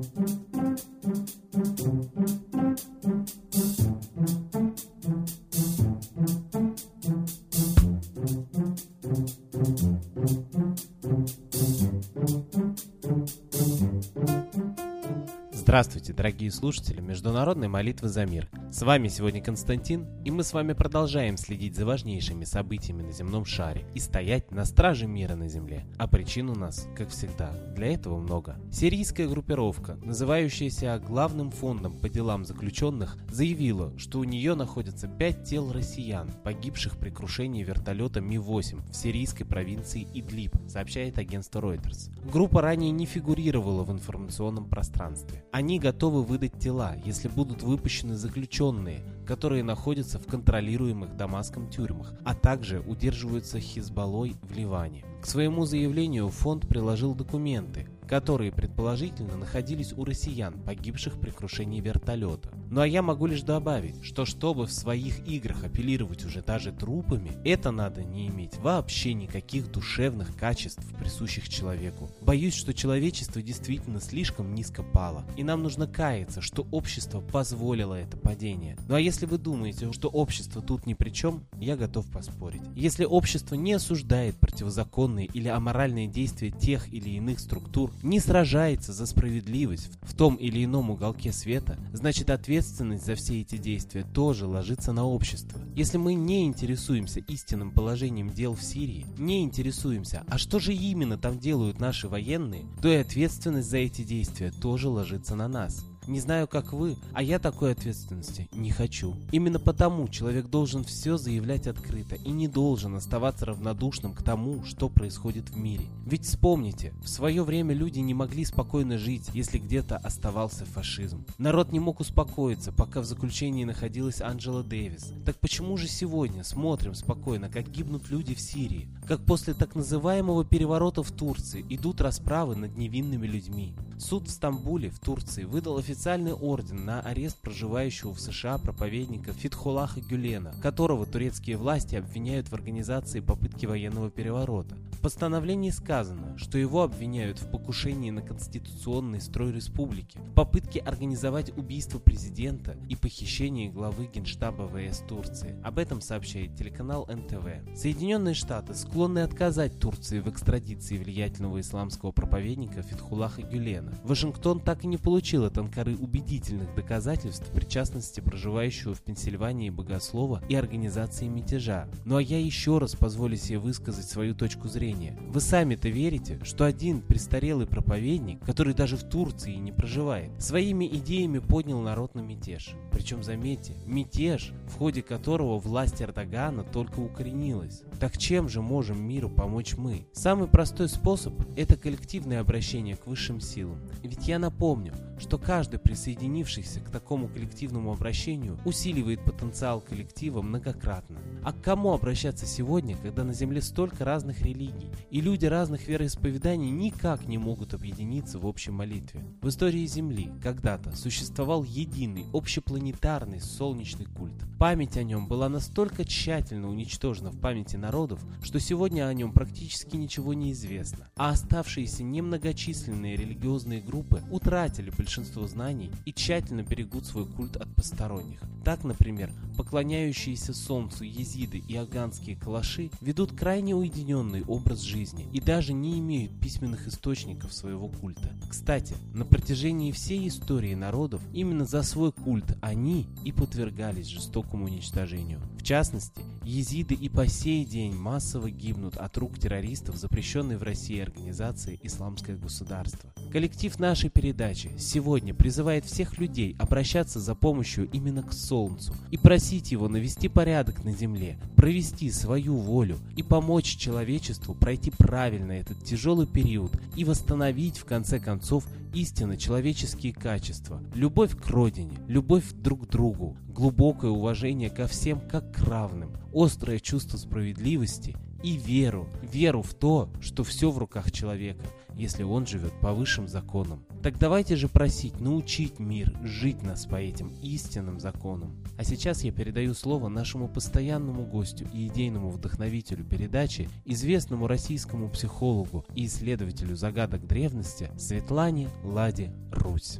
Здравствуйте, дорогие слушатели Международной молитвы за мир. С вами сегодня Константин, и мы с вами продолжаем следить за важнейшими событиями на земном шаре и стоять на страже мира на земле. А причин у нас, как всегда, для этого много. Сирийская группировка, называющаяся Главным фондом по делам заключенных, заявила, что у нее находятся 5 тел россиян, погибших при крушении вертолета Ми-8 в сирийской провинции Идлиб, сообщает агентство Reuters. Группа ранее не фигурировала в информационном пространстве. Они готовы выдать тела, если будут выпущены заключенные, которые находятся в контролируемых Дамаском тюрьмах, а также удерживаются Хизбаллой в Ливане. К своему заявлению фонд приложил документы, которые предположительно находились у россиян, погибших при крушении вертолета. Ну а я могу лишь добавить, что чтобы в своих играх апеллировать уже даже трупами, это надо не иметь вообще никаких душевных качеств, присущих человеку. Боюсь, что человечество действительно слишком низко пало, и нам нужно каяться, что общество позволило это падение. Ну а если вы думаете, что общество тут ни при чем, я готов поспорить. Если общество не осуждает противозаконные или аморальные действия тех или иных структур, не сражается за справедливость в том или ином уголке света, значит ответственность за все эти действия тоже ложится на общество. Если мы не интересуемся истинным положением дел в Сирии, не интересуемся, а что же именно там делают наши военные, то и ответственность за эти действия тоже ложится на нас. Не знаю, как вы, а я такой ответственности не хочу. Именно потому человек должен все заявлять открыто и не должен оставаться равнодушным к тому, что происходит в мире. Ведь вспомните, в свое время люди не могли спокойно жить, если где-то оставался фашизм. Народ не мог успокоиться, пока в заключении находилась Анджела Дэвис. Так почему же сегодня смотрим спокойно, как гибнут люди в Сирии? Как после так называемого переворота в Турции идут расправы над невинными людьми? Суд в Стамбуле, в Турции, выдал официальный орден на арест проживающего в США проповедника Фетхуллаха Гюлена, которого турецкие власти обвиняют в организации попытки военного переворота. В постановлении сказано, что его обвиняют в покушении на конституционный строй республики, в попытке организовать убийство президента и похищении главы Генштаба ВС Турции. Об этом сообщает телеканал НТВ. Соединенные Штаты склонны отказать Турции в экстрадиции влиятельного исламского проповедника Фетхуллаха Гюлена. Вашингтон так и не получил от Анкары убедительных доказательств причастности проживающего в Пенсильвании богослова и организации мятежа. Ну а я еще раз позволю себе высказать свою точку зрения. Вы сами-то верите, что один престарелый проповедник, который даже в Турции не проживает, своими идеями поднял народ на мятеж? Причем, заметьте, мятеж, в ходе которого власть Эрдогана только укоренилась. Так чем же можем миру помочь мы? Самый простой способ – это коллективное обращение к высшим силам. Ведь я напомню, что каждый присоединившийся к такому коллективному обращению усиливает потенциал коллектива многократно. А к кому обращаться сегодня, когда на Земле столько разных религий, и люди разных вероисповеданий никак не могут объединиться в общей молитве? В истории Земли когда-то существовал единый общепланетарный солнечный культ. Память о нем была настолько тщательно уничтожена в памяти народов, что сегодня о нем практически ничего не известно, а оставшиеся немногочисленные религиозные группы утратили большинство знаний и тщательно берегут свой культ от посторонних. Так, например, поклоняющиеся Солнцу езиды и афганские калаши ведут крайне уединенный образ жизни и даже не имеют письменных источников своего культа. Кстати, на протяжении всей истории народов именно за свой культ они и подвергались жестокому уничтожению. В частности, езиды и по сей день массово гибнут от рук террористов, запрещенной в России организации «Исламское государство». Коллектив нашей передачи сегодня призывает всех людей обращаться за помощью именно к Солнцу и просить его навести порядок на земле, провести свою волю и помочь человечеству пройти правильно этот тяжелый период и восстановить в конце концов истинно человеческие качества: любовь к родине, любовь друг к другу, глубокое уважение ко всем как к равным, острое чувство справедливости и веру. Веру в то, что все в руках человека, если он живет по высшим законам. Так давайте же просить научить мир жить нас по этим истинным законам. А сейчас я передаю слово нашему постоянному гостю и идейному вдохновителю передачи, известному российскому психологу и исследователю загадок древности Светлане Ладе Русь.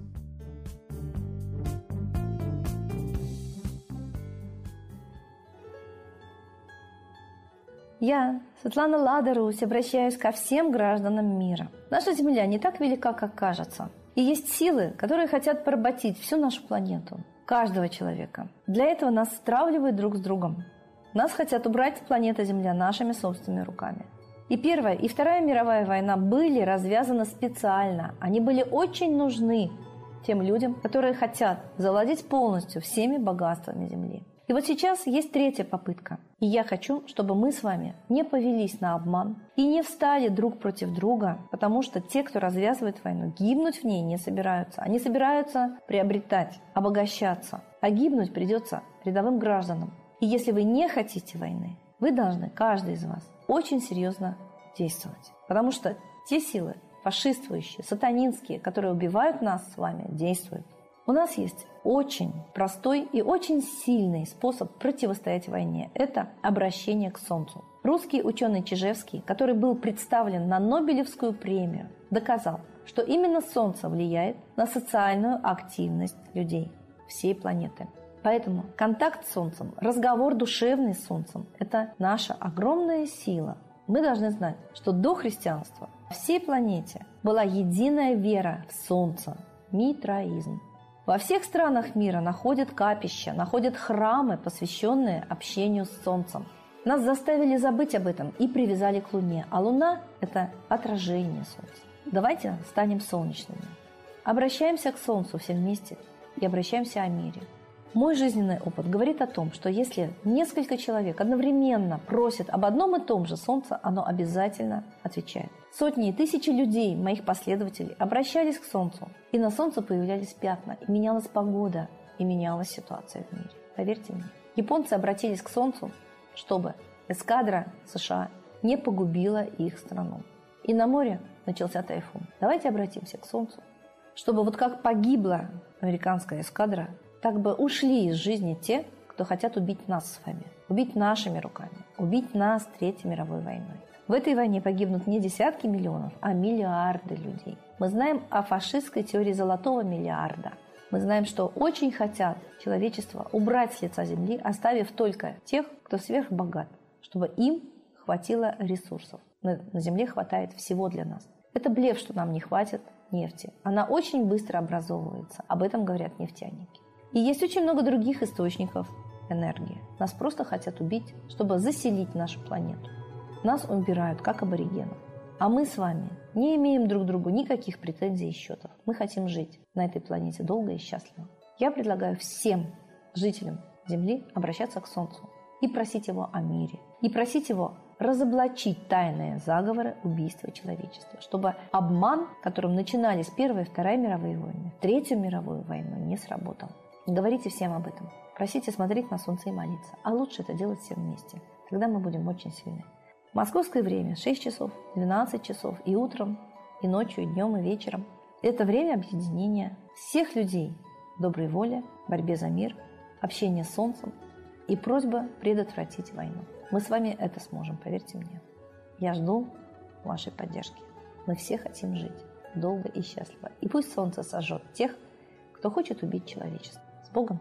Я, Светлана Лада Русь, обращаюсь ко всем гражданам мира. Наша Земля не так велика, как кажется. И есть силы, которые хотят поработить всю нашу планету, каждого человека. Для этого нас стравливают друг с другом. Нас хотят убрать с планеты Земля нашими собственными руками. И Первая, и Вторая мировая война были развязаны специально. Они были очень нужны тем людям, которые хотят завладеть полностью всеми богатствами Земли. И вот сейчас есть третья попытка. И я хочу, чтобы мы с вами не повелись на обман и не встали друг против друга, потому что те, кто развязывает войну, гибнуть в ней не собираются. Они собираются приобретать, обогащаться. А гибнуть придется рядовым гражданам. И если вы не хотите войны, вы должны, каждый из вас, очень серьезно действовать. Потому что те силы, фашистующие, сатанинские, которые убивают нас с вами, действуют. У нас есть очень простой и очень сильный способ противостоять войне. Это обращение к Солнцу. Русский ученый Чижевский, который был представлен на Нобелевскую премию, доказал, что именно Солнце влияет на социальную активность людей всей планеты. Поэтому контакт с Солнцем, разговор душевный с Солнцем – это наша огромная сила. Мы должны знать, что до христианства на всей планете была единая вера в Солнце – митраизм. Во всех странах мира находят капища, находят храмы, посвященные общению с Солнцем. Нас заставили забыть об этом и привязали к Луне, а Луна – это отражение Солнца. Давайте станем солнечными. Обращаемся к Солнцу все вместе и обращаемся о мире. Мой жизненный опыт говорит о том, что если несколько человек одновременно просят об одном и том же Солнце, оно обязательно отвечает. Сотни и тысячи людей, моих последователей, обращались к Солнцу, и на Солнце появлялись пятна, и менялась погода, и менялась ситуация в мире. Поверьте мне. Японцы обратились к Солнцу, чтобы эскадра США не погубила их страну. И на море начался тайфун. Давайте обратимся к Солнцу, чтобы вот как погибла американская эскадра, так бы ушли из жизни те, кто хотят убить нас с вами, убить нашими руками, убить нас Третьей мировой войной. В этой войне погибнут не десятки миллионов, а миллиарды людей. Мы знаем о фашистской теории золотого миллиарда. Мы знаем, что очень хотят человечество убрать с лица земли, оставив только тех, кто сверхбогат, чтобы им хватило ресурсов. На земле хватает всего для нас. Это блеф, что нам не хватит нефти. Она очень быстро образовывается. Об этом говорят нефтяники. И есть очень много других источников энергии. Нас просто хотят убить, чтобы заселить нашу планету. Нас убирают, как аборигенов. А мы с вами не имеем друг к другу никаких претензий и счетов. Мы хотим жить на этой планете долго и счастливо. Я предлагаю всем жителям Земли обращаться к Солнцу и просить его о мире. И просить его разоблачить тайные заговоры убийства человечества, чтобы обман, которым начинались Первая и Вторая мировые войны, Третью мировую войну, не сработал. Говорите всем об этом. Просите смотреть на Солнце и молиться. А лучше это делать всем вместе. Тогда мы будем очень сильны. Московское время 6 часов, 12 часов и утром, и ночью, и днем, и вечером. Это время объединения всех людей в доброй воле, борьбе за мир, общения с Солнцем и просьба предотвратить войну. Мы с вами это сможем, поверьте мне. Я жду вашей поддержки. Мы все хотим жить долго и счастливо. И пусть Солнце сожжет тех, кто хочет убить человечество. С Богом!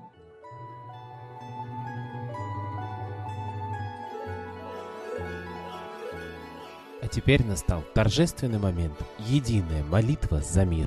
А теперь настал торжественный момент. Единая молитва за мир.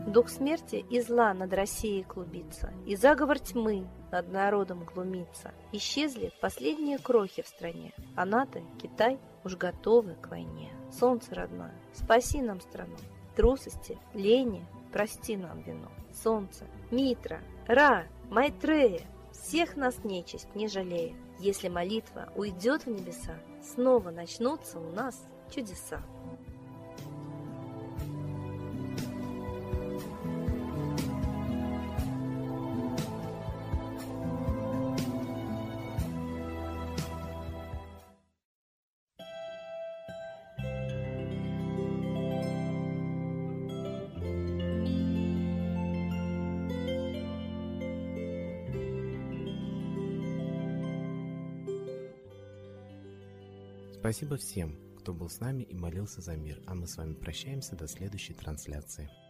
Дух смерти и зла над Россией клубится, и заговор тьмы над народом глумится. Исчезли последние крохи в стране, а НАТО, Китай уж готовы к войне. Солнце родное, спаси нам страну, трусости, лени, прости нам вину. Солнце, Митра, Ра, Майтрея, всех нас нечисть не жалея. Если молитва уйдет в небеса, снова начнутся у нас чудеса. Спасибо всем, кто был с нами и молился за мир, а мы с вами прощаемся до следующей трансляции.